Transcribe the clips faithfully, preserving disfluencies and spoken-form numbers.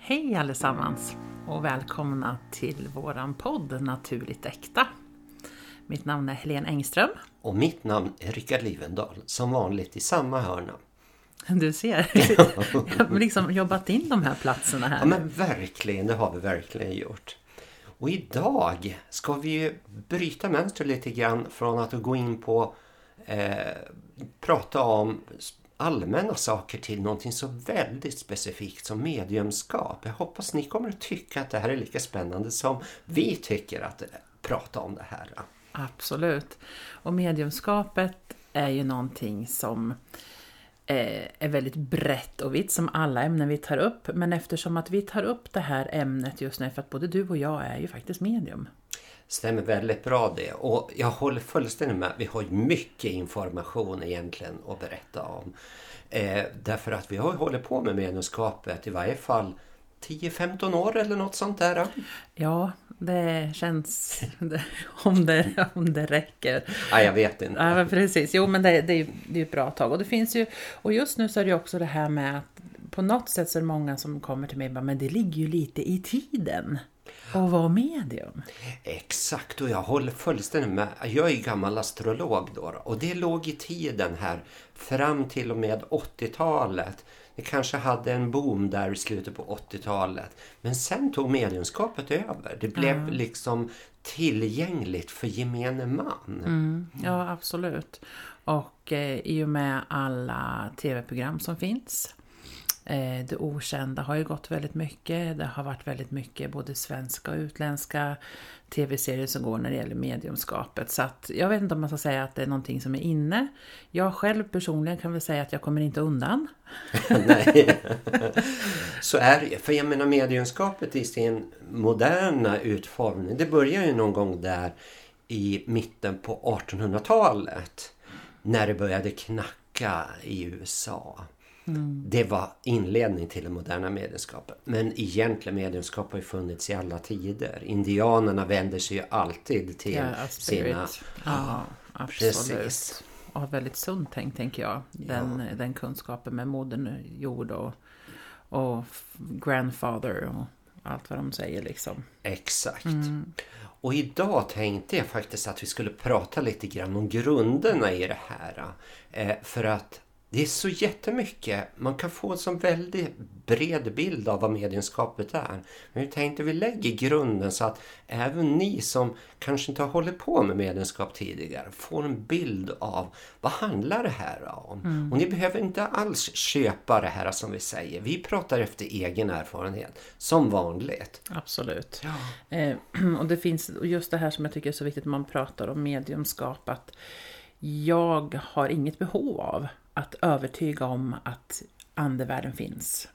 Hej allesammans och välkomna till våran podd Naturligt Äkta. Mitt namn är Helene Engström. Och mitt namn är Rickard Livendal, som vanligt i samma hörna. Du ser, jag har liksom jobbat in de här platserna här. Ja men verkligen, det har vi verkligen gjort. Och idag ska vi ju bryta mönster lite grann från att gå in på eh, prata om allmänna saker till någonting så väldigt specifikt som mediumskap. Jag hoppas ni kommer att tycka att det här är lika spännande som vi tycker att prata om det här. Absolut. Och mediumskapet är ju någonting som eh, är väldigt brett och vitt som alla ämnen vi tar upp. Men eftersom att vi tar upp det här ämnet just nu för att både du och jag är ju faktiskt medium. Stämmer väldigt bra det. Och jag håller fullständigt med. Vi har mycket information egentligen att berätta om. Eh, därför att vi har hållit på med mediumskapet i varje fall tio femton år eller något sånt där. Ja, det känns om det, om det räcker. Ja, jag vet inte. Ja, men precis. Jo, men det, det är ju det är ett bra tag. Och det finns ju, och just nu så är det också det här med att på något sätt så är det många som kommer till mig och bara, men det ligger ju lite i tiden att vara medium. Exakt, och jag håller fullständigt med. Jag är gammal astrolog då, och det låg i tiden här fram till och med åttiotalet. Det kanske hade en boom där i slutet på åttiotalet. Men sen tog mediumskapet över. Det blev mm. liksom tillgängligt för gemene man. Mm. Ja, absolut. Och eh, i och med alla tv-program som finns. Eh, det okända har ju gått väldigt mycket. Det har varit väldigt mycket både svenska och utländska tv-serier som går när det gäller mediumskapet. Så att jag vet inte om man ska säga att det är någonting som är inne. Jag själv personligen kan väl säga att jag kommer inte undan. Nej, så är det. För jag menar mediumskapet i sin moderna utformning, det börjar ju någon gång där i mitten på artonhundratalet. När det började knacka i U S A. Mm. Det var inledning till det moderna mediumskapet. Men egentligen mediumskap har ju funnits i alla tider. Indianerna vänder sig ju alltid till ja, sina... Ja, absolut. Precis. Och har väldigt sunt tänkt, tänker jag. Den, ja. den kunskapen med modern jord och, och grandfather och allt vad de säger liksom. Exakt. Mm. Och idag tänkte jag faktiskt att vi skulle prata lite grann om grunderna i det här. Eh, för att det är så jättemycket. Man kan få en sån väldigt bred bild av vad mediumskapet är. Men vi tänkte vi lägger grunden så att även ni som kanske inte har hållit på med mediumskap tidigare får en bild av vad handlar det här om. Mm. Och ni behöver inte alls köpa det här som vi säger. Vi pratar efter egen erfarenhet som vanligt. Absolut. Ja. Eh, och det finns just det här som jag tycker är så viktigt när man pratar om mediumskap, att jag har inget behov av att övertyga om att andevärlden finns.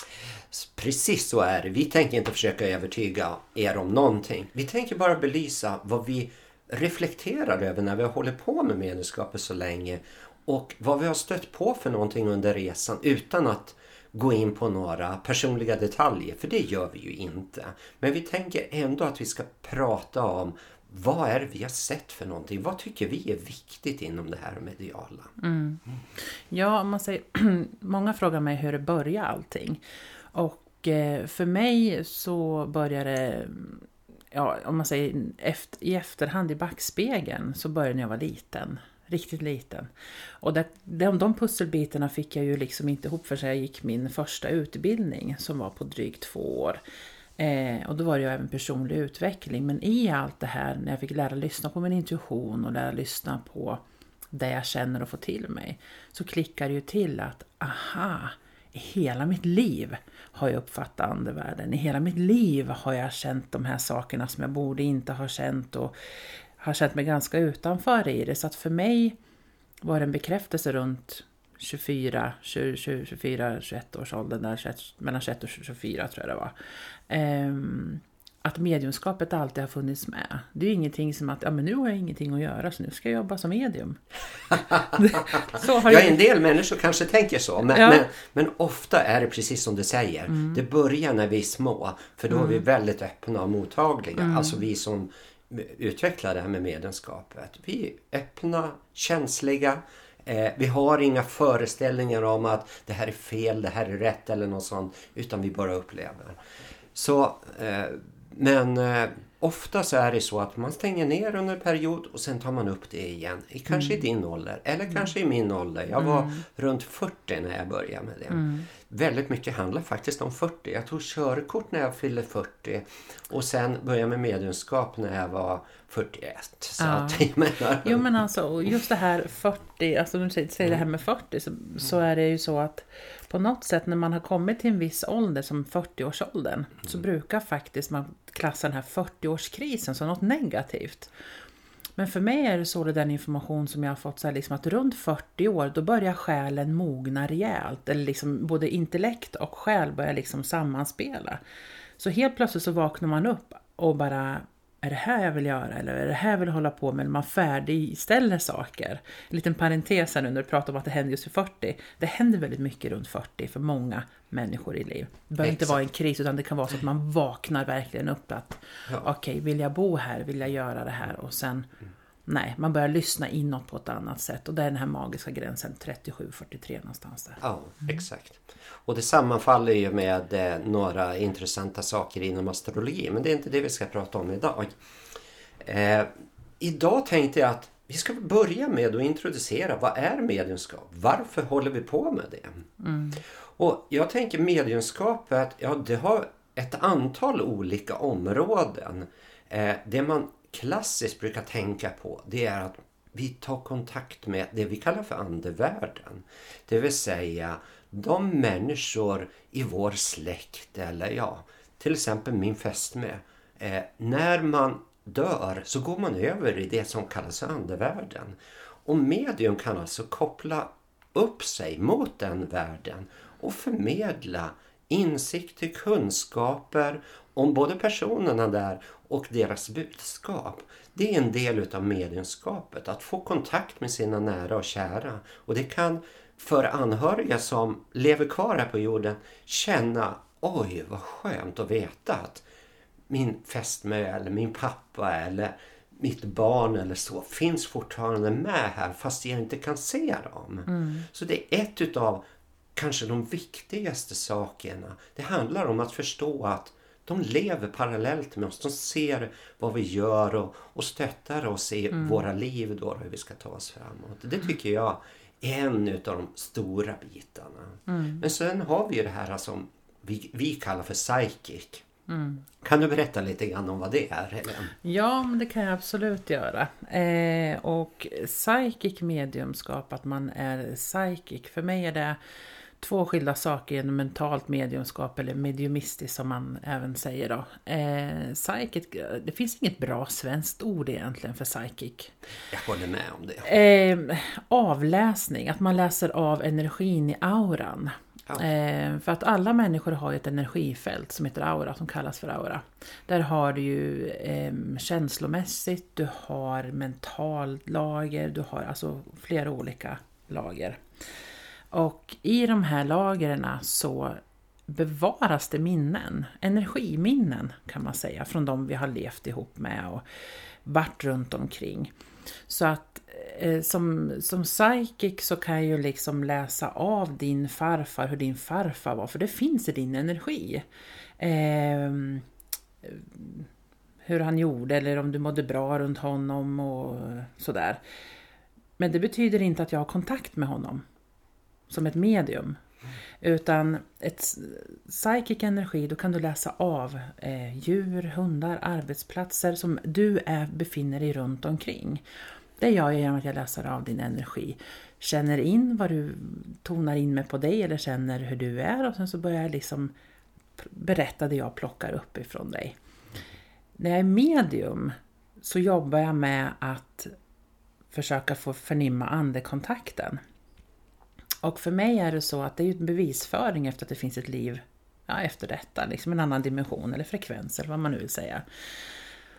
Precis så är det. Vi tänker inte försöka övertyga er om någonting. Vi tänker bara belysa vad vi reflekterar över när vi har hållit på med mediumskapet så länge. Och vad vi har stött på för någonting under resan utan att gå in på några personliga detaljer. För det gör vi ju inte. Men vi tänker ändå att vi ska prata om vad är det vi har sett för någonting? Vad tycker vi är viktigt inom det här mediala? Mm. Ja, man säger, många frågar mig hur det börjar allting. Och eh, för mig så började det, ja, om man säger efter, i efterhand i backspegeln så började när jag var liten. Riktigt liten. Och där, de, de pusselbitarna fick jag ju liksom inte ihop för sig. Jag gick min första utbildning som var på drygt två år. Eh, och då var det ju även personlig utveckling. Men i allt det här, när jag fick lära lyssna på min intuition och lära lyssna på det jag känner och får till mig, så klickar det ju till att aha, i hela mitt liv har jag uppfattat andevärlden. I hela mitt liv har jag känt de här sakerna som jag borde inte ha känt och har känt mig ganska utanför i det. Så att för mig var det en bekräftelse runt tjugofyra, tjugo, tjugo, tjugofyra, tjugoett års ålder, där, tjugoett, mellan tjugoett och tjugofyra tror jag det var. Um, att mediumskapet alltid har funnits med. Det är ju ingenting som att, ja men nu har jag ingenting att göra så nu ska jag jobba som medium. Så har ja, en del människor kanske tänker så. Men, ja. men, men ofta är det precis som du säger. Mm. Det börjar när vi är små. För då mm. är vi väldigt öppna och mottagliga. Mm. Alltså vi som utvecklar det här med mediumskapet. Vi är öppna, känsliga. Eh, vi har inga föreställningar om att det här är fel, det här är rätt eller något sånt, utan vi bara upplever. Så, eh, men eh, ofta så är det så att man stänger ner under en period och sen tar man upp det igen. I, kanske mm. i din ålder eller mm. kanske i min ålder. Jag var mm. runt fyrtio när jag började med det. Mm. Väldigt mycket handlar faktiskt om fyrtio. Jag tog körkort när jag fyllde fyrtio och sen började med mediumskap när jag var fyrtioett. Så ja. att jag menar... Jo men alltså just det här fyrtio, alltså du säger, säger mm. det här med fyrtio så, mm. så är det ju så att på något sätt när man har kommit till en viss ålder som fyrtio-årsåldern mm. så brukar faktiskt man klassa den här fyrtio-årskrisen som något negativt. Men för mig är det så det den information som jag har fått så här, liksom att runt fyrtio år då börjar själen mogna rejält. Eller liksom både intellekt och själ börjar liksom sammanspela. Så helt plötsligt så vaknar man upp och bara, är det här jag vill göra? Eller är det här jag vill hålla på med? När man färdigställer saker. En liten parentes här nu när du pratar om att det händer just vid fyrtio. Det händer väldigt mycket runt fyrtio för många människor i liv. Det behöver inte vara en kris utan det kan vara så att man vaknar verkligen upp att ja. okej, okay, vill jag bo här? Vill jag göra det här? Och sen, mm. nej, man börjar lyssna inåt på ett annat sätt. Och det är den här magiska gränsen trettiosju fyrtiotre någonstans där. Ja, mm. exakt. Och det sammanfaller ju med eh, några intressanta saker inom astrologi. Men det är inte det vi ska prata om idag. Eh, idag tänkte jag att vi ska börja med att introducera vad är mediumskap? Varför håller vi på med det? Mm. Och jag tänker mediumskapet, ja det har ett antal olika områden. Eh, det man klassiskt brukar tänka på det är att vi tar kontakt med det vi kallar för andevärlden. Det vill säga de människor i vår släkt eller ja, till exempel min fästmö. Eh, när man dör så går man över i det som kallas andevärlden. Och medium kan alltså koppla upp sig mot den världen och förmedla insikter, kunskaper om både personerna där och deras budskap. Det är en del av mediumskapet, att få kontakt med sina nära och kära. Och det kan för anhöriga som lever kvar här på jorden känna, oj vad skönt att veta att min fästmö eller min pappa eller mitt barn eller så finns fortfarande med här fast jag inte kan se dem. Mm. Så det är ett utav kanske de viktigaste sakerna. Det handlar om att förstå att de lever parallellt med oss. De ser vad vi gör och, och stöttar oss i mm. våra liv då, hur vi ska ta oss framåt. Det tycker jag är en utav de stora bitarna. Mm. Men sen har vi ju det här som vi, vi kallar för psychic. Mm. Kan du berätta lite grann om vad det är, Helen? Ja, men det kan jag absolut göra. Eh, och psychic mediumskap, att man är psychic. För mig är det två skilda saker, en mentalt mediumskap eller mediumistiskt som man även säger då. Eh, psychic, det finns inget bra svenskt ord egentligen för psychic. Jag håller med om det. Eh, avläsning, att man läser av energin i auran. Ja. Eh, för att alla människor har ett energifält som heter aura, som kallas för aura. Där har du ju eh, känslomässigt, du har mentalt lager, du har alltså flera olika lager. Och i de här lagerna så bevaras det minnen, energiminnen kan man säga, från de vi har levt ihop med och varit runt omkring. Så att eh, som, som psychic så kan jag ju liksom läsa av din farfar, hur din farfar var, för det finns i din energi. Eh, hur han gjorde eller om du mådde bra runt honom och sådär. Men det betyder inte att jag har kontakt med honom som ett medium. Utan ett psychic energi, då kan du läsa av eh, djur, hundar, arbetsplatser som du är, befinner dig runt omkring. Det gör jag genom att jag läser av din energi. Känner in vad du tonar in med på dig eller känner hur du är. Och sen så börjar jag liksom berätta det jag plockar upp ifrån dig. När jag är medium så jobbar jag med att försöka få förnimma andekontakten. Och för mig är det så att det är en bevisföring efter att det finns ett liv ja, efter detta. Liksom en annan dimension eller frekvens eller vad man nu vill säga.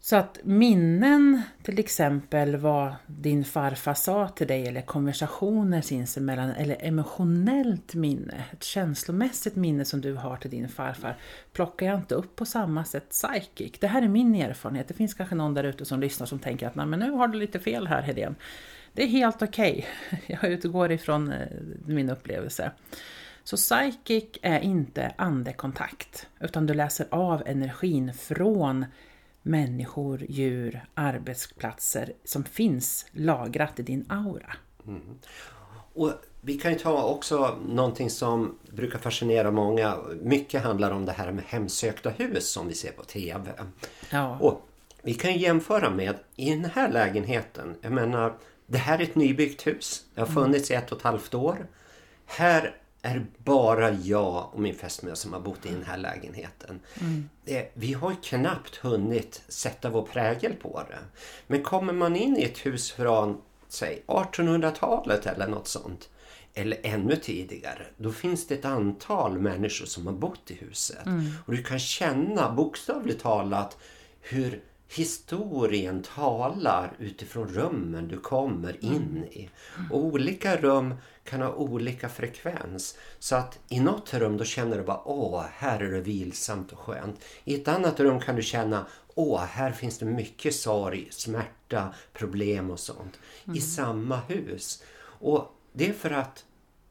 Så att minnen, till exempel vad din farfar sa till dig eller konversationer sinsemellan eller emotionellt minne, ett känslomässigt minne som du har till din farfar, plockar jag inte upp på samma sätt psychic. Det här är min erfarenhet. Det finns kanske någon där ute som lyssnar som tänker att nej, men nu har du lite fel här, Hedén. Det är helt okej. Okay. Jag utgår ifrån min upplevelse. Så psychic är inte andekontakt, utan du läser av energin från människor, djur, arbetsplatser som finns lagrat i din aura. Mm. Och vi kan ju ta också någonting som brukar fascinera många. Mycket handlar om det här med hemsökta hus som vi ser på tv. Ja. Och vi kan ju jämföra med i den här lägenheten. Jag menar, det här är ett nybyggt hus. Det har funnits i ett och ett halvt år. Här är det bara jag och min fästmö som har bott i den här lägenheten. Mm. Det, vi har ju knappt hunnit sätta vår prägel på det. Men kommer man in i ett hus från, säg, artonhundratalet eller något sånt, eller ännu tidigare, då finns det ett antal människor som har bott i huset. Mm. Och du kan känna bokstavligt talat hur historien talar utifrån rummen du kommer in i. Och olika rum kan ha olika frekvens. Så att i något rum då känner du bara, åh, här är det vilsamt och skönt. I ett annat rum kan du känna, åh, här finns det mycket sorg, smärta, problem och sånt. Mm. I samma hus. Och det är för att,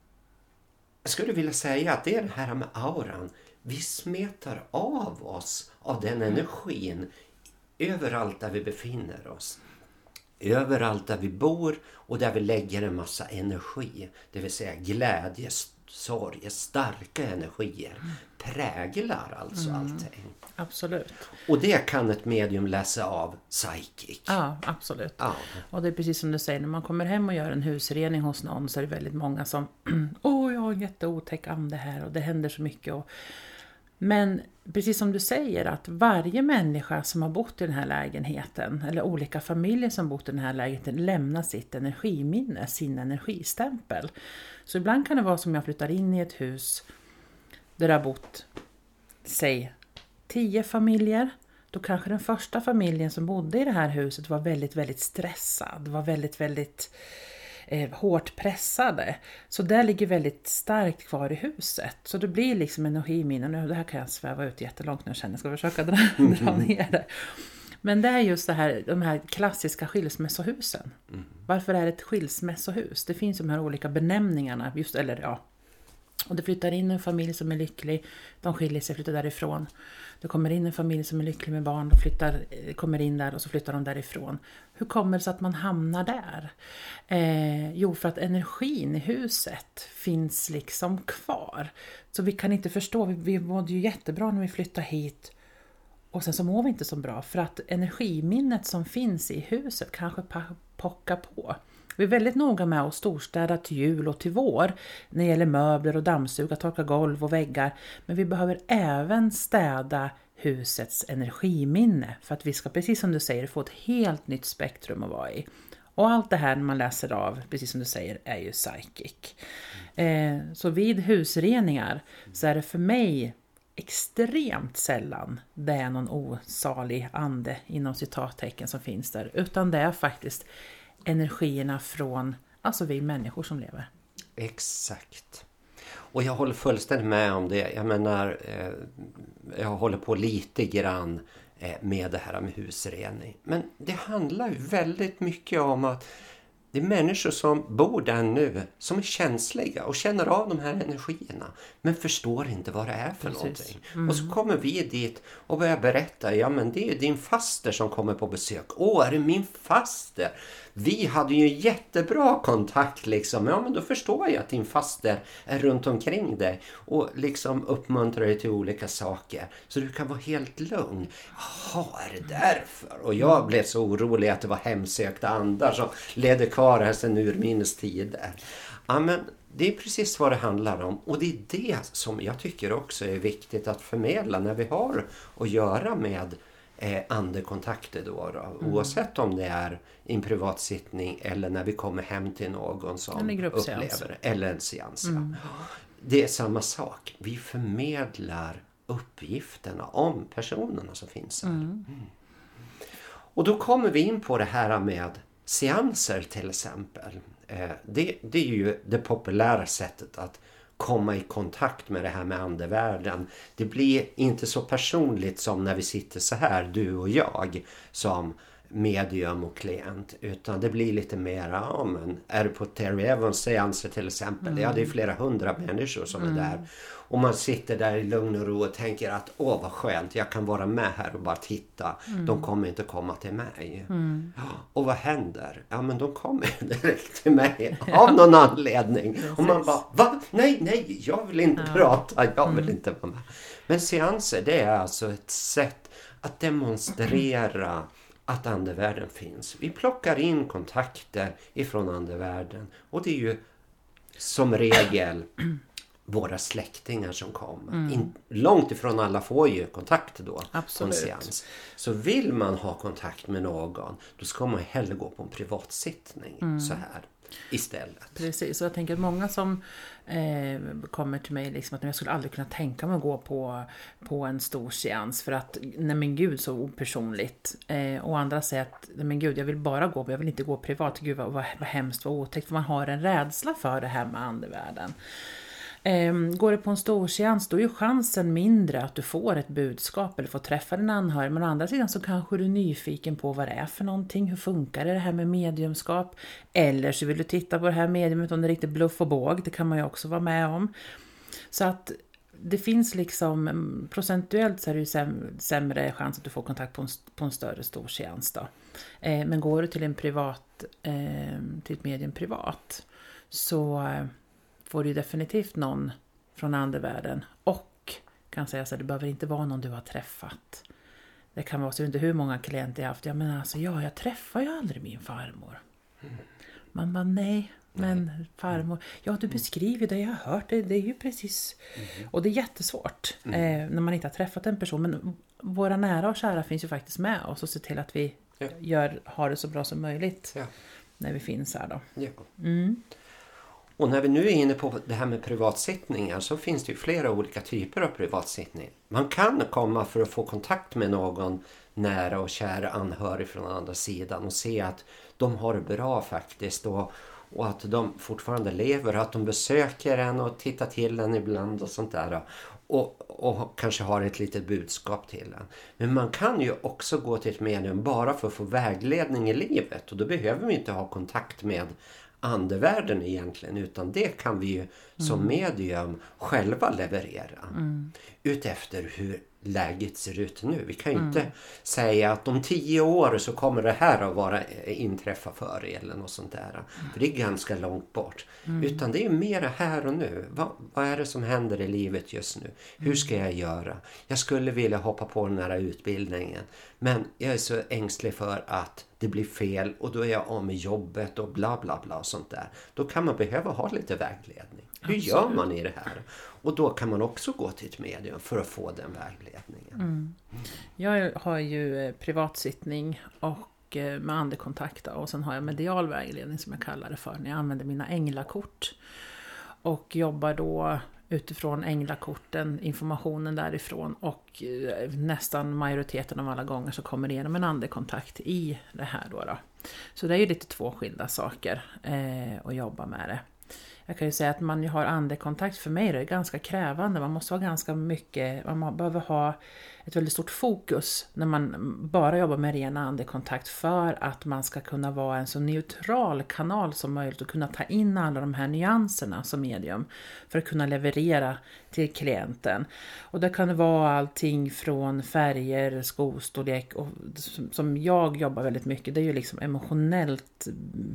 jag skulle vilja säga att det är det här med auran. Vi smetar av oss av den energin överallt där vi befinner oss. Överallt där vi bor och där vi lägger en massa energi. Det vill säga glädje, sorg, starka energier. Mm. Präglar alltså mm. allting. Absolut. Och det kan ett medium läsa av psychic. Ja, absolut. Ja. Och det är precis som du säger, när man kommer hem och gör en husrening hos någon så är det väldigt många som åh, jag har en jätteotäck ande här och det händer så mycket. Och men precis som du säger att varje människa som har bott i den här lägenheten eller olika familjer som bott i den här lägenheten lämnar sitt energiminne, sin energistämpel. Så ibland kan det vara som jag flyttar in i ett hus där det har bott, säg, tio familjer. Då kanske den första familjen som bodde i det här huset var väldigt, väldigt stressad, var väldigt, väldigt Eh, hårt pressade. Så där ligger väldigt starkt kvar i huset. Så det blir liksom energiminnen. Nu, det här kan jag sväva ut jättelångt nu känner jag. Ska försöka dra, dra ner det. Men det är just det här, de här klassiska skilsmässohusen. Mm. Varför är det ett skilsmässohus? Det finns de här olika benämningarna. Just, eller ja. Och det flyttar in en familj som är lycklig. De skiljer sig, flyttar därifrån. Det kommer in en familj som är lycklig med barn. De flyttar, kommer in där och så flyttar de därifrån. Hur kommer det så att man hamnar där? Eh, jo, för att energin i huset finns liksom kvar. Så vi kan inte förstå. Vi, vi mådde ju jättebra när vi flyttade hit. Och sen så mår vi inte så bra. För att energiminnet som finns i huset kanske pockar på. Vi är väldigt noga med att storstäda till jul och till vår när det gäller möbler och dammsuga, torka golv och väggar. Men vi behöver även städa husets energiminne för att vi ska, precis som du säger, få ett helt nytt spektrum att vara i. Och allt det här när man läser av, precis som du säger, är ju psychic. Eh, så vid husreningar så är det för mig extremt sällan det är någon osalig ande inom citattecken som finns där. Utan det är faktiskt energierna från, alltså vi människor som lever. Exakt. Och jag håller fullständigt med om det. Jag menar, eh, jag håller på lite grann eh, med det här med husrening. Men det handlar ju väldigt mycket om att det är människor som bor där nu som är känsliga och känner av de här energierna men förstår inte vad det är för Precis. någonting. Mm. Och så kommer vi dit och börjar berätta, ja men det är din faster som kommer på besök. Åh, är det min faster? Vi hade ju jättebra kontakt liksom. Ja men då förstår jag att din faster är runt omkring dig och liksom uppmuntrar dig till olika saker. Så du kan vara helt lugn. Jaha, är det därför? Och jag blev så orolig att det var hemsökta andar som ledde kvar här sedan urminnes tider. Ja men det är precis vad det handlar om. Och det är det som jag tycker också är viktigt att förmedla när vi har att göra med Eh, andekontakter då, då. Mm. Oavsett om det är en privatsittning eller när vi kommer hem till någon som upplever eller en seans. Mm. Det är samma sak. Vi förmedlar uppgifterna om personerna som finns här. Mm. Mm. Och då kommer vi in på det här med seanser till exempel. Eh, det, det är ju det populära sättet att komma i kontakt med det här med andevärlden. Det blir inte så personligt som när vi sitter så här, du och jag, som medium och klient, utan det blir lite mer, ja, men är du på Terry Evans seanser till exempel, mm. ja, det är flera hundra människor som mm. är där, och man sitter där i lugn och ro och tänker att åh vad skönt, jag kan vara med här och bara titta, mm. de kommer inte komma till mig. Mm. Och vad händer? Ja, men de kommer direkt till mig av någon anledning. Och man bara, va? Nej, nej, jag vill inte ja. prata, jag vill mm. inte vara med. Men seanser, det är alltså ett sätt att demonstrera att andevärlden finns. Vi plockar in kontakter ifrån andevärlden, och det är ju som regel våra släktingar som kommer. Mm. In, långt ifrån alla får ju kontakt då. Absolut. Seans. Så vill man ha kontakt med någon, då ska man hellre gå på en privatsittning mm. så här istället. Precis, och jag tänker att många som eh, kommer till mig liksom att jag skulle aldrig kunna tänka mig att gå på, på en stor seans för att, nej men gud, så opersonligt. Eh, och andra säger att, nej men gud, jag vill bara gå, jag vill inte gå privat. Gud vad, vad, vad hemskt, vad otäckt, för man har en rädsla för det här med andevärlden. Um, går det på en stor seans, då är ju chansen mindre att du får ett budskap eller får träffa din anhörig. Men å andra sidan så kanske du är nyfiken på vad det är för någonting. Hur funkar det här med mediumskap? Eller så vill du titta på det här mediumet om det är riktigt bluff och båg. Det kan man ju också vara med om. Så att det finns liksom, procentuellt så är det ju säm- sämre chans att du får kontakt på en, på en större stor seans då. Eh, men går du till en privat, eh, till ett medium privat, så Eh, får du definitivt någon från andevärlden, och kan säga så här, det behöver inte vara någon du har träffat. Det kan vara så, inte hur många klienter jag har haft. Ja, men alltså, ja, jag träffar ju aldrig min farmor. Mm. Man bara, nej, men nej. farmor, ja, du beskriver det, jag har hört det, det är ju precis. Mm. Och det är jättesvårt mm. eh, när man inte har träffat en person. Men våra nära och kära finns ju faktiskt med oss och ser till att vi ja. gör, har det så bra som möjligt ja. när vi finns här då. Ja. Mm. Och när vi nu är inne på det här med privatsittningar, så finns det ju flera olika typer av privatsittning. Man kan komma för att få kontakt med någon nära och kära anhörig från andra sidan och se att de har det bra faktiskt, och, och att de fortfarande lever, att de besöker en och tittar till en ibland och sånt där. Och, och kanske har ett litet budskap till en. Men man kan ju också gå till ett medium bara för att få vägledning i livet, och då behöver vi inte ha kontakt med andevärlden egentligen, utan det kan vi ju som mm. medium själva leverera mm. utefter hur läget ser ut nu. Vi kan ju mm. inte säga att om tio år så kommer det här att vara inträffa för er eller något sånt där. Mm. För det är ganska långt bort. Mm. Utan det är mer här och nu. Vad, vad är det som händer i livet just nu? Hur ska jag göra? Jag skulle vilja hoppa på den här utbildningen, men jag är så ängslig för att det blir fel, och då är jag av med jobbet och bla bla bla och sånt där. Då kan man behöva ha lite vägledning. Hur Absolut. gör man i det här? Och då kan man också gå till ett medium för att få den vägledningen. Mm. Jag har ju privatsittning och med andekontakt, och sen har jag medial vägledning som jag kallar det för, när jag använder mina änglakort. Och jobbar då utifrån änglakorten, informationen därifrån, och nästan majoriteten av alla gånger så kommer det igenom en andekontakt i det här då. då. Så det är ju lite två skilda saker eh, att jobba med det. Jag kan ju säga att man har andekontakt, för mig är det ganska krävande. Man måste vara ganska mycket, man behöver ha ett väldigt stort fokus när man bara jobbar med ren andekontakt, för att man ska kunna vara en så neutral kanal som möjligt och kunna ta in alla de här nyanserna som medium för att kunna leverera till klienten. Och det kan vara allting från färger, skostorlek, och som jag jobbar väldigt mycket, det är ju liksom emotionellt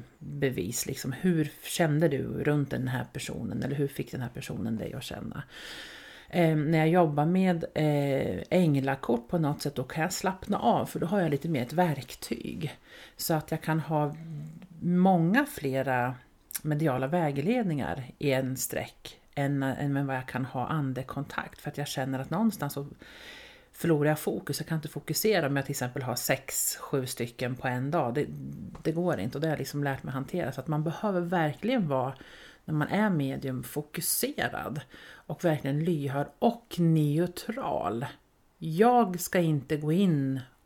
bevis, liksom hur kände du runt den här personen, eller hur fick den här personen dig att känna. Eh, när jag jobbar med eh, änglakort på något sätt, då kan jag slappna av, för då har jag lite mer ett verktyg, så att jag kan ha många flera mediala vägledningar i en sträck än, än vad jag kan ha andekontakt, för att jag känner att någonstans så förlorar jag fokus. Jag kan inte fokusera om jag till exempel har sex, sju stycken på en dag. Det, det går inte, och det har jag liksom lärt mig hantera. Så att man behöver verkligen vara, när man är medium, fokuserad och verkligen lyhörd och neutral. Jag ska inte gå in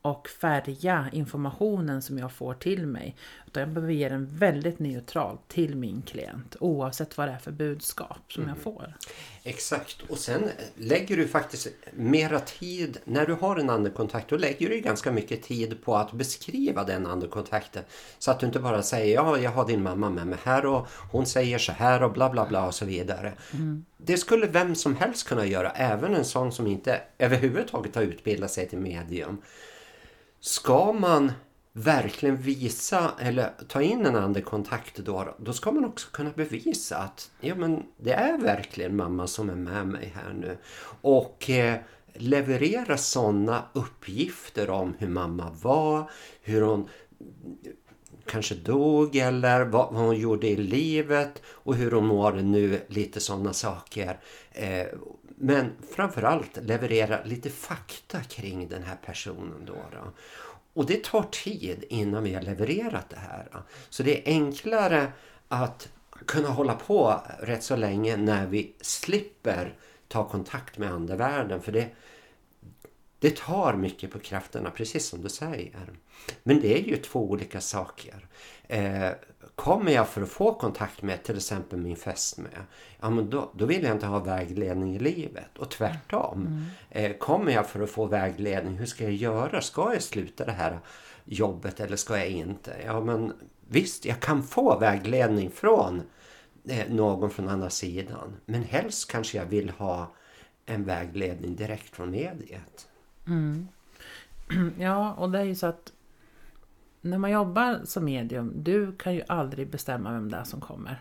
och färga informationen som jag får till mig. Utan jag behöver ge den väldigt neutralt till min klient oavsett vad det är för budskap som mm. jag får. Exakt, och sen lägger du faktiskt mera tid, när du har en andekontakt, då lägger du ganska mycket tid på att beskriva den andekontakten. Så att du inte bara säger, ja jag har din mamma med mig här och hon säger så här och bla bla bla och så vidare. Mm. Det skulle vem som helst kunna göra, även en sån som inte överhuvudtaget har utbildat sig till medium. Ska man verkligen visa eller ta in en andekontakt då, då ska man också kunna bevisa att ja, men det är verkligen mamma som är med mig här nu. Och eh, leverera sådana uppgifter om hur mamma var, hur hon kanske dog eller vad, vad hon gjorde i livet och hur hon mår nu, lite sådana saker. Eh, men framförallt leverera lite fakta kring den här personen då. då. Och det tar tid innan vi har levererat det här. Så det är enklare att kunna hålla på rätt så länge när vi slipper ta kontakt med andevärlden. För det, det tar mycket på krafterna, precis som du säger. Men det är ju två olika saker. Eh, kommer jag för att få kontakt med till exempel min fästmö, ja men då, då vill jag inte ha vägledning i livet. Och tvärtom. Mm. Eh, kommer jag för att få vägledning, hur ska jag göra? Ska jag sluta det här jobbet eller ska jag inte? Ja men visst, jag kan få vägledning från eh, någon från andra sidan. Men helst kanske jag vill ha en vägledning direkt från mediet. Mm. Ja, och det är ju så att när man jobbar som medium, du kan ju aldrig bestämma vem det är som kommer.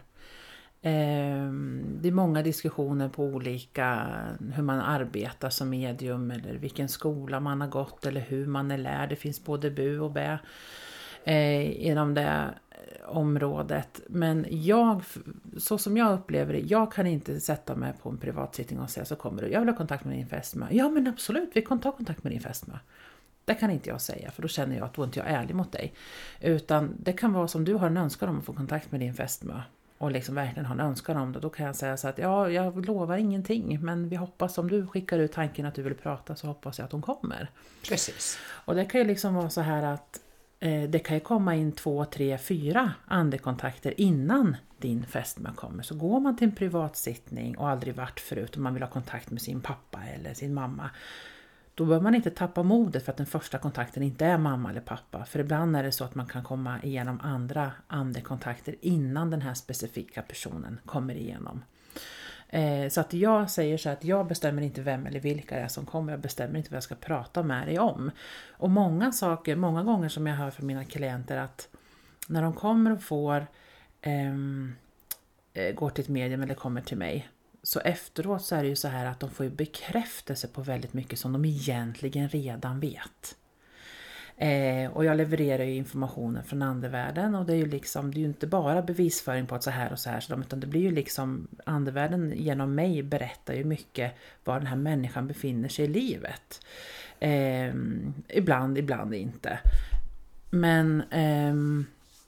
Eh, det är många diskussioner på olika, hur man arbetar som medium eller vilken skola man har gått eller hur man är lärd. Det finns både bu och bä eh, inom det området. Men jag, så som jag upplever det, jag kan inte sätta mig på en privatsittning och säga så kommer du, jag vill ha kontakt med din fästmö. Ja men absolut, vi kan ta kontakt med din fästmö. Det kan inte jag säga, för då känner jag att då är inte jag ärlig mot dig. Utan det kan vara som du har en önskan om att få kontakt med din fästmö. Och liksom verkligen har en önskan om det. Då kan jag säga så att ja, jag lovar ingenting. Men vi hoppas, om du skickar ut tanken att du vill prata, så hoppas jag att hon kommer. Precis. Och det kan ju liksom vara så här att eh, det kan ju komma in två, tre, fyra andekontakter innan din fästmö kommer. Så går man till en privatsittning och aldrig varit förut och man vill ha kontakt med sin pappa eller sin mamma, då bör man inte tappa modet för att den första kontakten inte är mamma eller pappa. För ibland är det så att man kan komma igenom andra andekontakter innan den här specifika personen kommer igenom. Eh, så att jag säger så att jag bestämmer inte vem eller vilka det är som kommer. Jag bestämmer inte vad jag ska prata med dig om. Och många saker, många gånger som jag hör från mina klienter, att när de kommer och får eh, går till ett medium eller kommer till mig, så efteråt så är det ju så här att de får ju bekräftelse på väldigt mycket som de egentligen redan vet. Eh, och jag levererar ju informationen från andevärlden, och det är ju liksom, det är ju inte bara bevisföring på att så här och så här, så de, utan det blir ju liksom, andevärlden genom mig berättar ju mycket var den här människan befinner sig i livet. Eh, ibland, ibland inte. Men ehm,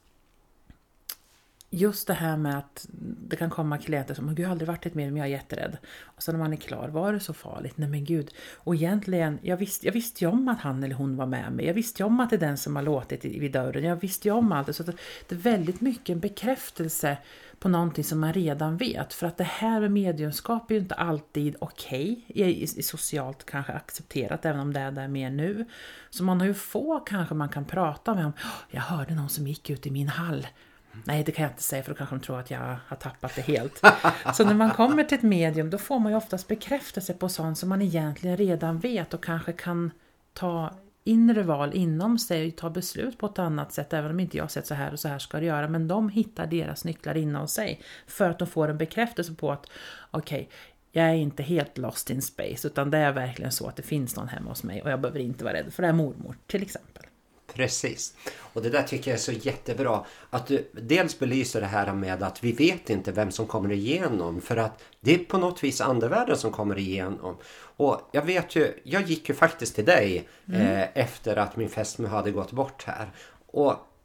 just det här med att det kan komma klienter som, gud, jag har aldrig varit ett medium, jag är jätterädd. Och sen när man är klar, var det så farligt? Nej men gud. Och egentligen, jag visste, jag visste ju om att han eller hon var med mig. Jag visste ju om att det är den som har låtit vid dörren. Jag visste ju om allt det. Så det, det är väldigt mycket en bekräftelse på någonting som man redan vet. För att det här med mediumskap är ju inte alltid okej. Okay, i, i socialt kanske accepterat, även om det är där mer nu. Så man har ju få kanske man kan prata med om, jag hörde någon som gick ut i min hall. Nej, det kan jag inte säga, för då kanske de tror att jag har tappat det helt. Så när man kommer till ett medium, då får man ju oftast bekräftelse på sånt som man egentligen redan vet och kanske kan ta inre val inom sig och ta beslut på ett annat sätt, även om inte jag sett så här och så här ska det göra. Men de hittar deras nycklar inom sig för att de får en bekräftelse på att okej, okay, jag är inte helt lost in space, utan det är verkligen så att det finns någon hemma hos mig och jag behöver inte vara rädd för det är mormor till exempel. Precis. Och det där tycker jag är så jättebra. Att du dels belyser det här med att vi vet inte vem som kommer igenom. För att det är på något vis andevärlden som kommer igenom. Och jag vet ju, jag gick ju faktiskt till dig mm. eh, efter att min fästmö hade gått bort här. Och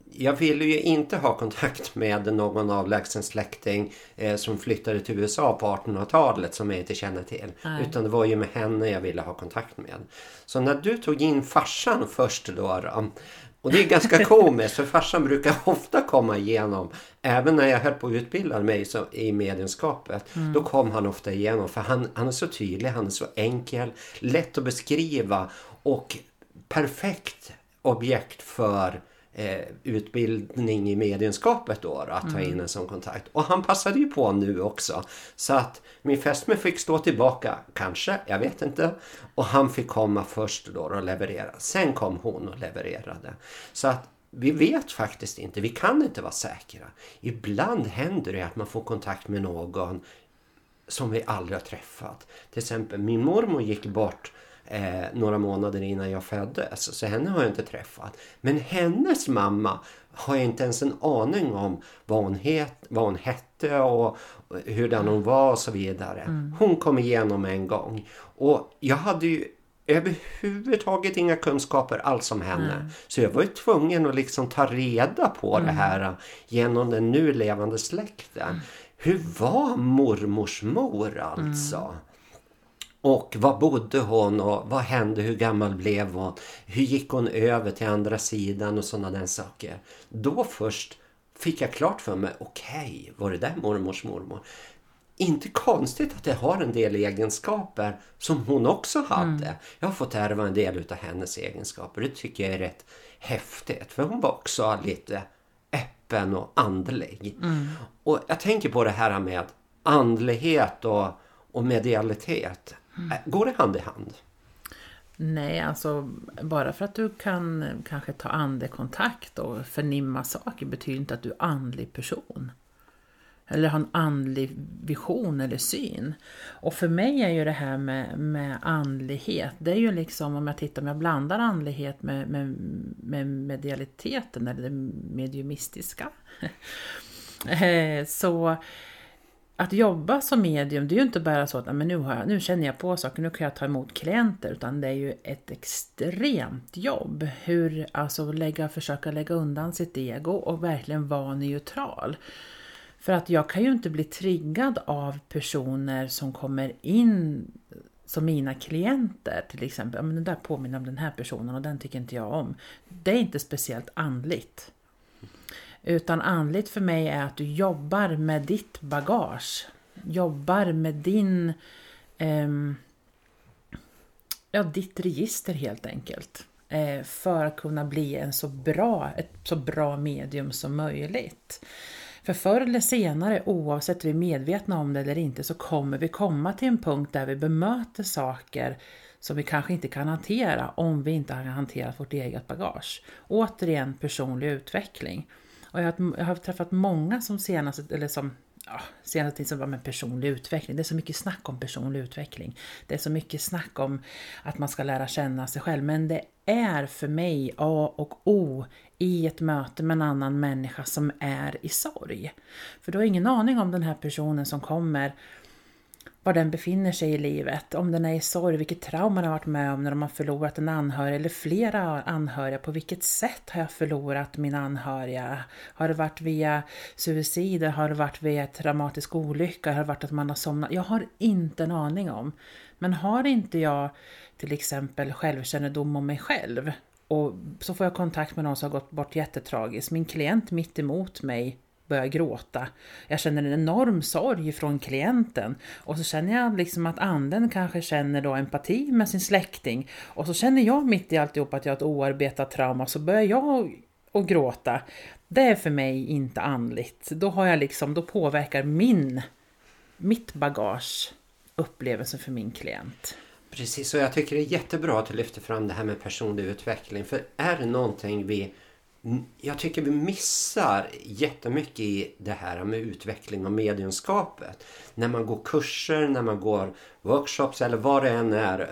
jag ville ju inte ha kontakt med någon avlägsen släkting eh, som flyttade till U S A på artonhundratalet som jag inte känner till. Nej. Utan det var ju med henne jag ville ha kontakt med. Så när du tog in farsan först då, då och det är ganska komiskt för farsan brukar ofta komma igenom, även när jag höll på att utbilda mig så, i medienskapet, mm. då kom han ofta igenom för han, han är så tydlig, han är så enkel, lätt att beskriva och perfekt objekt för eh, utbildning i medienskapet då, då att ta in en sån kontakt. Och han passade ju på nu också. Så att min fästmö fick stå tillbaka, kanske, jag vet inte. Och han fick komma först då och leverera. Sen kom hon och levererade. Så att vi vet faktiskt inte, vi kan inte vara säkra. Ibland händer det att man får kontakt med någon som vi aldrig har träffat. Till exempel min mormor gick bort Eh, några månader innan jag föddes. Så henne har jag inte träffat. Men hennes mamma har jag inte ens en aning om vad hon, het, vad hon hette och hur den hon var och så vidare. Mm. Hon kom igenom en gång. Och jag hade ju överhuvudtaget inga kunskaper alls om henne. Mm. Så jag var ju tvungen att liksom ta reda på mm. det här genom den nu levande släkten. Mm. Hur var mormors mor alltså? Mm. Och var bodde hon och vad hände, hur gammal blev hon, hur gick hon över till andra sidan och sådana där saker. Då först fick jag klart för mig, okej, okay, var det där mormors mormor? Inte konstigt att det har en del egenskaper som hon också hade. Mm. Jag har fått ärva en del av hennes egenskaper, det tycker jag är rätt häftigt. För hon var också lite öppen och andlig. Mm. Och jag tänker på det här med andlighet och, och medialitet. Mm. Går det hand i hand? Nej, alltså bara för att du kan kanske ta andekontakt och förnimma saker betyder inte att du är andlig person. Eller har en andlig vision eller syn. Och för mig är ju det här med, med andlighet, det är ju liksom om jag tittar, om jag blandar andlighet med, med, med medialiteten eller det mediumistiska. Så att jobba som medium, det är ju inte bara så att men nu, har jag, nu känner jag på saker, nu kan jag ta emot klienter, utan det är ju ett extremt jobb. Hur, alltså lägga, försöka lägga undan sitt ego och verkligen vara neutral. För att jag kan ju inte bli triggad av personer som kommer in som mina klienter till exempel. Men den där påminner om den här personen och den tycker inte jag om. Det är inte speciellt andligt. Utan andligt för mig är att du jobbar med ditt bagage. Jobbar med din, eh, ja, ditt register helt enkelt. Eh, för att kunna bli en så bra, ett så bra medium som möjligt. För förr eller senare, oavsett vi är medvetna om det eller inte, så kommer vi komma till en punkt där vi bemöter saker som vi kanske inte kan hantera om vi inte har hanterat vårt eget bagage. Återigen personlig utveckling. Och jag har, jag har träffat många som senaste, eller som ja, senaste tid som var med personlig utveckling. Det är så mycket snack om personlig utveckling. Det är så mycket snack om att man ska lära känna sig själv. Men det är för mig A och O i ett möte med en annan människa som är i sorg. För du har ingen aning om den här personen som kommer, var den befinner sig i livet, om den är i sorg, vilket trauma den har varit med om när de har förlorat en anhörig eller flera anhöriga, på vilket sätt har jag förlorat min anhöriga, har det varit via suicid, har det varit via traumatisk olycka, har det varit att man har somnat, jag har inte en aning om. Men har inte jag till exempel självkännedom om mig själv och så får jag kontakt med någon som har gått bort jättetragiskt, min klient mitt emot mig börjar gråta. Jag känner en enorm sorg från klienten. Och så känner jag liksom att anden kanske känner då empati med sin släkting. Och så känner jag mitt i alltihop att jag har ett oarbetat trauma. Så börjar jag att gråta. Det är för mig inte andligt. Då har jag liksom, då påverkar min, mitt bagage upplevelsen för min klient. Precis, och jag tycker det är jättebra att du lyfter fram det här med personlig utveckling. För är det någonting vi jag tycker vi missar jättemycket i det här med utveckling och mediumskapet. När man går kurser, när man går workshops eller vad det än är.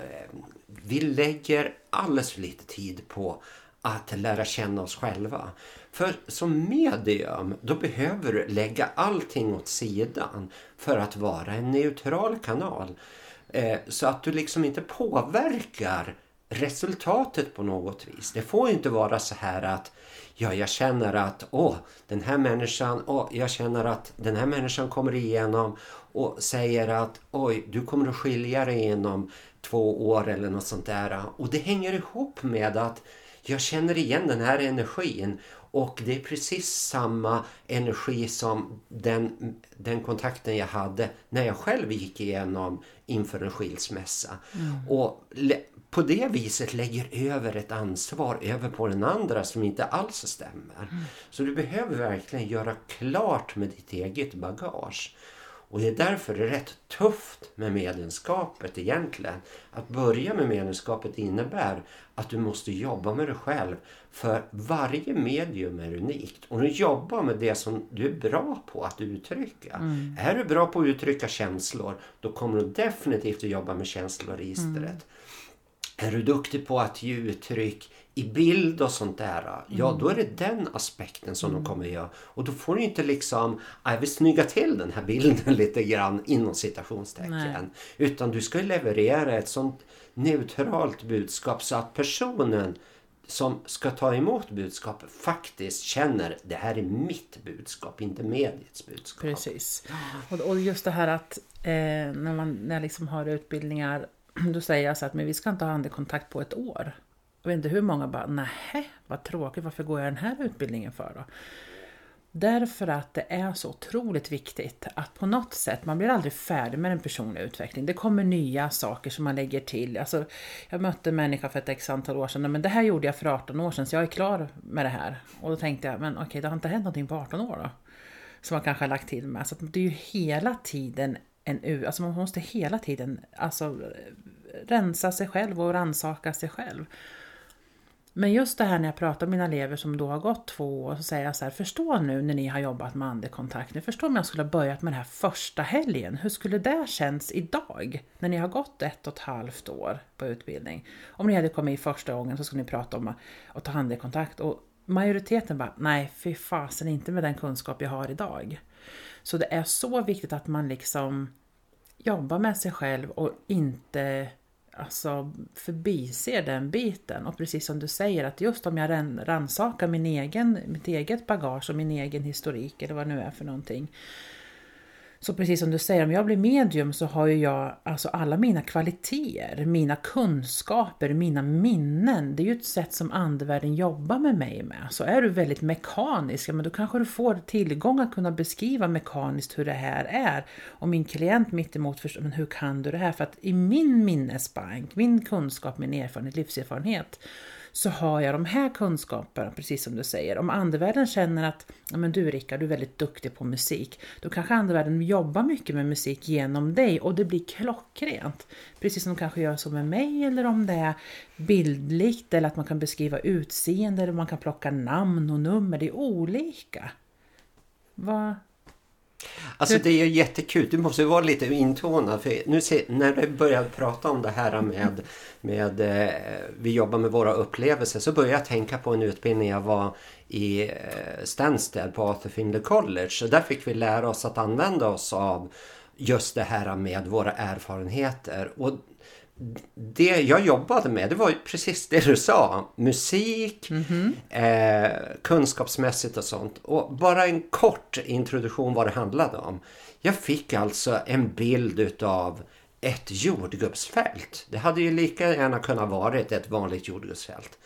Vi lägger alldeles för lite tid på att lära känna oss själva. För som medium, då behöver du lägga allting åt sidan för att vara en neutral kanal. Så att du liksom inte påverkar resultatet på något vis. Det får ju inte vara så här att ja, jag känner att åh, den här människan, åh, jag känner att den här människan kommer igenom och säger att oj, du kommer att skilja dig inom två år eller något sånt där. Och det hänger ihop med att jag känner igen den här energin och det är precis samma energi som den, den kontakten jag hade när jag själv gick igenom inför en skilsmässa. Mm. Och på det viset lägger över ett ansvar över på den andra som inte alls stämmer. Mm. Så du behöver verkligen göra klart med ditt eget bagage. Och det är därför det är rätt tufft med medlemskapet egentligen. Att börja med medlemskapet innebär att du måste jobba med dig själv. För varje medium är unikt. Och du jobbar med det som du är bra på att uttrycka. Mm. Är du bra på att uttrycka känslor, då kommer du definitivt att jobba med känsloregistret. Mm. Är du duktig på att ge uttryck i bild och sånt där, mm. ja då är det den aspekten som mm. de kommer göra. Och då får du inte liksom, jag vill snygga till den här bilden lite grann inom citationstecken. Nej. Utan du ska leverera ett sånt neutralt budskap så att personen som ska ta emot budskapet faktiskt känner det här är mitt budskap, inte mediets budskap. Precis. Och, och just det här att eh, när man när jag liksom har utbildningar, då säger jag så att men vi ska inte ha andekontakt på ett år. Jag vet inte hur många bara, nej, vad tråkigt, varför går jag den här utbildningen för då? Därför att det är så otroligt viktigt att på något sätt, man blir aldrig färdig med en personlig utveckling. Det kommer nya saker som man lägger till. Alltså, jag mötte en människa för ett x antal år sedan, men det här gjorde jag för arton år sedan så jag är klar med det här. Och då tänkte jag, men okej, det har inte hänt någonting på arton år då. Som man kanske har lagt till med. Så det är ju hela tiden en, alltså man måste hela tiden alltså, rensa sig själv och rannsaka sig själv. Men just det här när jag pratar med mina elever som då har gått två år så säger jag så här, förstå nu när ni har jobbat med andekontakt, nu förstår om jag skulle ha börjat med den här första helgen. Hur skulle det känns idag när ni har gått ett och ett halvt år på utbildning? Om ni hade kommit i första gången så skulle ni prata om att ta andekontakt och majoriteten bara, nej fy fasen inte med den kunskap jag har idag. Så det är så viktigt att man liksom jobbar med sig själv och inte alltså förbiser den biten. Och precis som du säger att just om jag rannsakar min egen, mitt eget bagage och min egen historik eller vad det nu är för någonting. Så precis som du säger, om jag blir medium så har ju jag alltså alla mina kvaliteter, mina kunskaper, mina minnen. Det är ju ett sätt som andevärlden jobbar med mig med. Så är du väldigt mekanisk, men då kanske du får tillgång att kunna beskriva mekaniskt hur det här är. Och min klient mitt emot förstår, men hur kan du det här? För att i min minnesbank, min kunskap, min erfarenhet, livserfarenhet, så har jag de här kunskaperna, precis som du säger. Om andevärlden känner att ja, men du Rickard, du är väldigt duktig på musik. Då kanske andevärlden jobbar mycket med musik genom dig och det blir klockrent. Precis som de kanske gör så med mig eller om det är bildligt eller att man kan beskriva utseende eller man kan plocka namn och nummer. Det är olika. Vad... Alltså det är ju jättekul, du måste vara lite intonad för nu ser, när du började prata om det här med, med eh, vi jobbar med våra upplevelser så började jag tänka på en utbildning jag var i eh, Stansted på Arthur Findlay College och där fick vi lära oss att använda oss av just det här med våra erfarenheter och det jag jobbade med, det var ju precis det du sa. Musik, mm-hmm. eh, kunskapsmässigt och sånt. Och bara en kort introduktion vad det handlade om. Jag fick alltså en bild utav ett jordgubbsfält. Det hade ju lika gärna kunnat varit ett vanligt jordgubbsfält.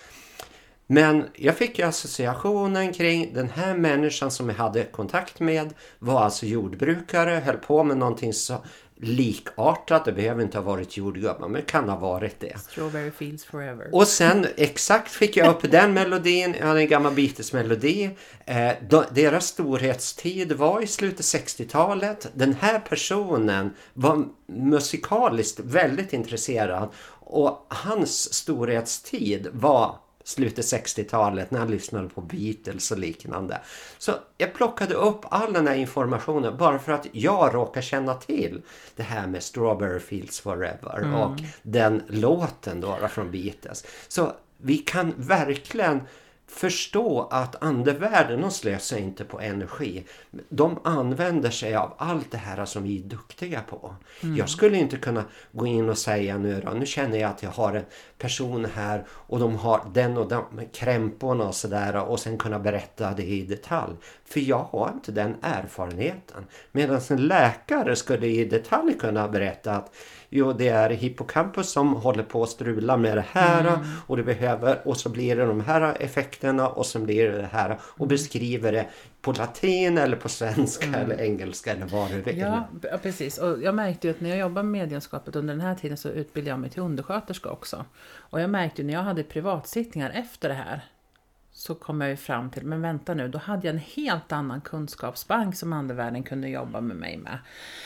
Men jag fick ju associationen kring den här människan som jag hade kontakt med var alltså jordbrukare, höll på med någonting så likartat, det behöver inte ha varit jordgubbar men kan ha varit det. Strawberry Fields Forever. Och sen exakt fick jag upp den melodin, jag hade en gammal Beatles-melodi. Eh, deras storhetstid var i slutet sextiotalet. Den här personen var musikaliskt väldigt intresserad och hans storhetstid var slutet sextiotalet när han lyssnade på Beatles och liknande. Så jag plockade upp all den här informationen bara för att jag råkar känna till det här med Strawberry Fields Forever mm. och den låten då från Beatles. Så vi kan verkligen förstå att andevärlden, de slösar inte på energi. De använder sig av allt det här som vi är duktiga på. Mm. Jag skulle inte kunna gå in och säga nu då, nu känner jag att jag har en person här och de har den och den krämporna och sådär, och sen kunna berätta det i detalj. För jag har inte den erfarenheten. Medan en läkare skulle i detalj kunna berätta att jo, det är hippocampus som håller på att strula med det här mm. och det behöver, och så blir det de här effekterna och så blir det det här och beskriver det på latin eller på svenska mm. eller engelska eller vad du vill. Ja, precis. Och jag märkte ju att när jag jobbade med mediumskapet under den här tiden så utbildade jag mig till undersköterska också. Och jag märkte ju när jag hade privatsittningar efter det här så kom jag ju fram till, men vänta nu, då hade jag en helt annan kunskapsbank som andevärlden kunde jobba med mig med.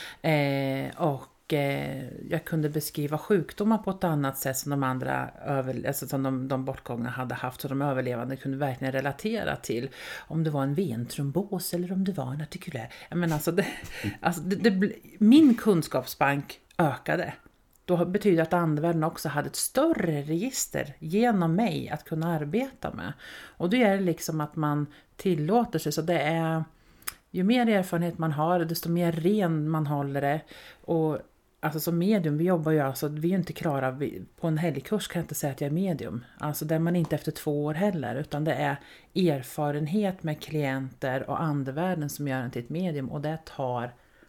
Eh, och jag kunde beskriva sjukdomar på ett annat sätt som de andra över, alltså som de, de bortgångna hade haft, så de överlevande kunde verkligen relatera till om det var en ventrombos eller om det var en artikulär. Jag menar, alltså det, alltså det, det, min kunskapsbank ökade. Då betyder det att andevärlden också hade ett större register genom mig att kunna arbeta med. Och då är det liksom att man tillåter sig, så det är ju mer erfarenhet man har, desto mer ren man håller det. Och alltså som medium, vi jobbar ju alltså, vi är ju inte klara, vi, på en helgkurs kan jag inte säga att jag är medium. Alltså där man inte efter två år heller, utan det är erfarenhet med klienter och andevärlden som gör en till ett medium. Och det tar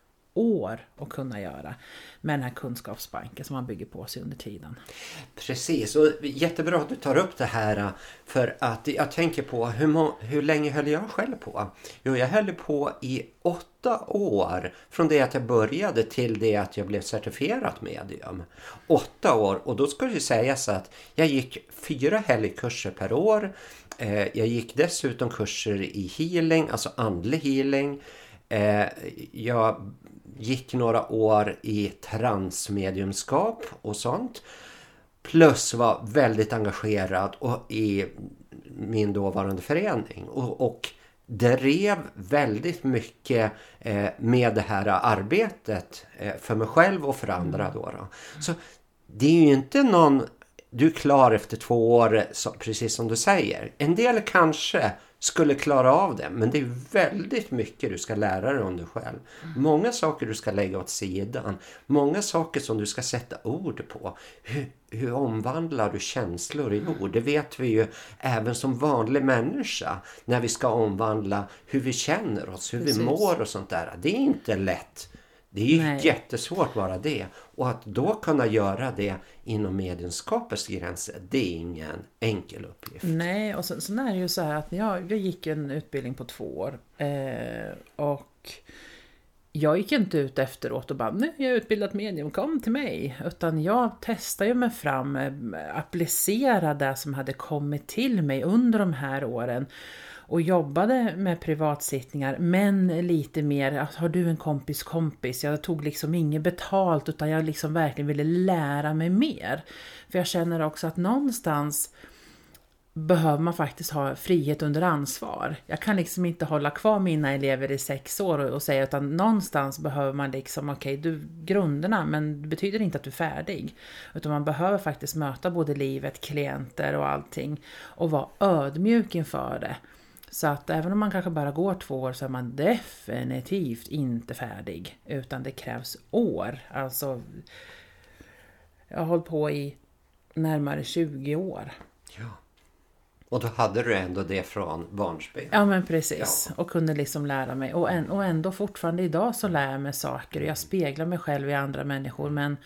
år att kunna göra med den här kunskapsbanken som man bygger på sig under tiden. Precis, och jättebra att du tar upp det här, för att jag tänker på hur, må, hur länge höll jag själv på? Jo, jag höll på i åtta år från det att jag började till det att jag blev certifierat medium. Åtta år, och då ska det sägas att jag gick fyra helgkurser per år. Eh, jag gick dessutom kurser i healing, alltså andlig healing. Eh, jag gick några år i transmediumskap och sånt. Plus var väldigt engagerad och i min dåvarande förening. Och, och drev väldigt mycket eh, med det här arbetet eh, för mig själv och för andra. Då, då. Så det är ju inte någon... Du är klar efter två år, så, precis som du säger. En del kanske skulle klara av det, men det är väldigt mycket du ska lära dig om dig själv. Många saker du ska lägga åt sidan. Många saker som du ska sätta ord på. Hur, hur omvandlar du känslor i ord? Det vet vi ju även som vanlig människa. När vi ska omvandla hur vi känner oss, hur Precis. vi mår och sånt där. Det är inte lätt. Det är ju Nej. jättesvårt bara det. Och att då kunna göra det inom mediumskapets gränser, det är ingen enkel uppgift. Nej, och så, så är det ju så här att jag, jag gick en utbildning på två år. Eh, och jag gick inte ut efteråt och bara, nej, jag är utbildat medium, kom till mig. Utan jag testade ju mig fram, applicera det som hade kommit till mig under de här åren. Och jobbade med privatsittningar, men lite mer, alltså, har du en kompis kompis? Jag tog liksom inget betalt, utan jag liksom verkligen ville lära mig mer. För jag känner också att någonstans behöver man faktiskt ha frihet under ansvar. Jag kan liksom inte hålla kvar mina elever i sex år och, och säga, utan någonstans behöver man liksom, okej, okay, du grunderna, men det betyder inte att du är färdig. Utan man behöver faktiskt möta både livet, klienter och allting och vara ödmjuk inför det. Så att även om man kanske bara går två år så är man definitivt inte färdig. Utan det krävs år. Alltså, jag har hållit på i närmare tjugo år. Ja. Och då hade du ändå det från barnsben. Ja, men precis. Ja. Och kunde liksom lära mig. Och, en, och ändå fortfarande idag så lär jag mig saker. Jag speglar mig själv i andra människor. Men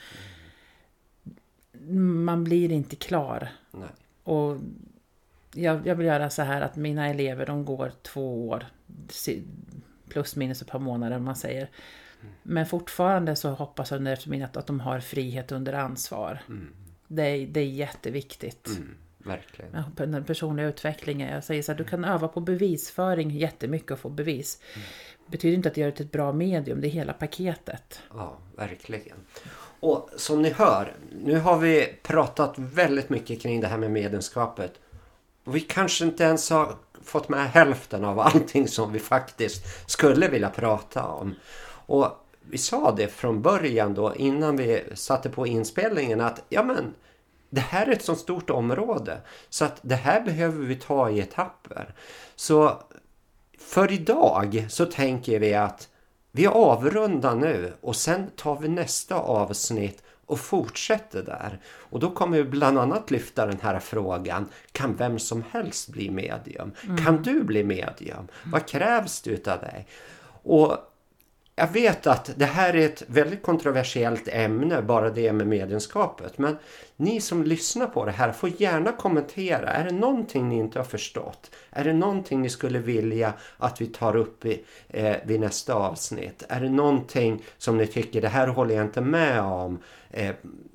mm. man blir inte klar. Nej. Och... Jag, jag vill göra så här att mina elever, de går två år plus minus ett par månader om man säger. Mm. Men fortfarande så hoppas jag under eftermiddag att, att de har frihet under ansvar. Mm. Det, är, det är jätteviktigt. Mm, verkligen. Den personliga utvecklingen. Jag säger så här, du kan öva på bevisföring jättemycket och få bevis. Mm. Betyder inte att det gör det till ett bra medium, det är hela paketet. Ja, verkligen. Och som ni hör, nu har vi pratat väldigt mycket kring det här med mediumskapet. Och vi kanske inte ens har fått med hälften av allting som vi faktiskt skulle vilja prata om. Och vi sa det från början då, innan vi satte på inspelningen, att ja men, det här är ett så stort område så att det här behöver vi ta i etapper. Så för idag så tänker vi att vi avrundar nu och sen tar vi nästa avsnitt och fortsätter där. Och då kommer vi bland annat lyfta den här frågan, kan vem som helst bli medium? Mm. Kan du bli medium? Mm. Vad krävs det utav dig? Och jag vet att det här är ett väldigt kontroversiellt ämne, bara det med mediumskapet. Men ni som lyssnar på det här får gärna kommentera. Är det någonting ni inte har förstått? Är det någonting ni skulle vilja att vi tar upp i, eh, vid nästa avsnitt? Är det någonting som ni tycker, det här håller jag inte med om? Eh,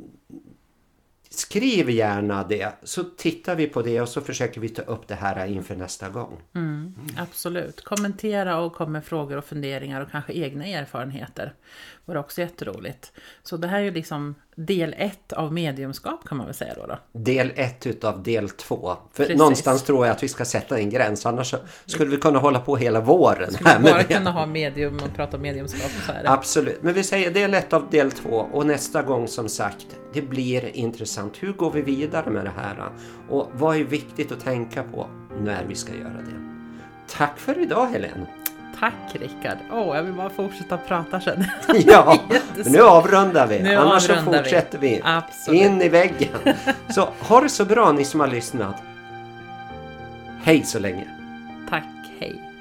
skriv gärna det, så tittar vi på det och så försöker vi ta upp det här inför nästa gång. Mm, mm. Absolut. Kommentera och kom med frågor och funderingar och kanske egna erfarenheter. Det var också jätteroligt. Så det här är ju liksom del ett av mediumskap, kan man väl säga då. då. Del ett utav del två. För Precis. Någonstans tror jag att vi ska sätta en gräns. Annars skulle vi kunna hålla på hela våren. Skulle här bara med kunna ha medium och prata om mediumskap och så här. Absolut. Men vi säger del ett av del två. Och nästa gång, som sagt, det blir intressant. Hur går vi vidare med det här? Och vad är viktigt att tänka på när vi ska göra det? Tack för idag, Helene. Tack, Rickard. Åh, oh, jag vill bara fortsätta prata sen. Ja, nu avrundar vi. Nu Annars avrundar så fortsätter vi. vi. Absolut. In i väggen. Så ha det så bra, ni som har lyssnat. Hej så länge. Tack, hej.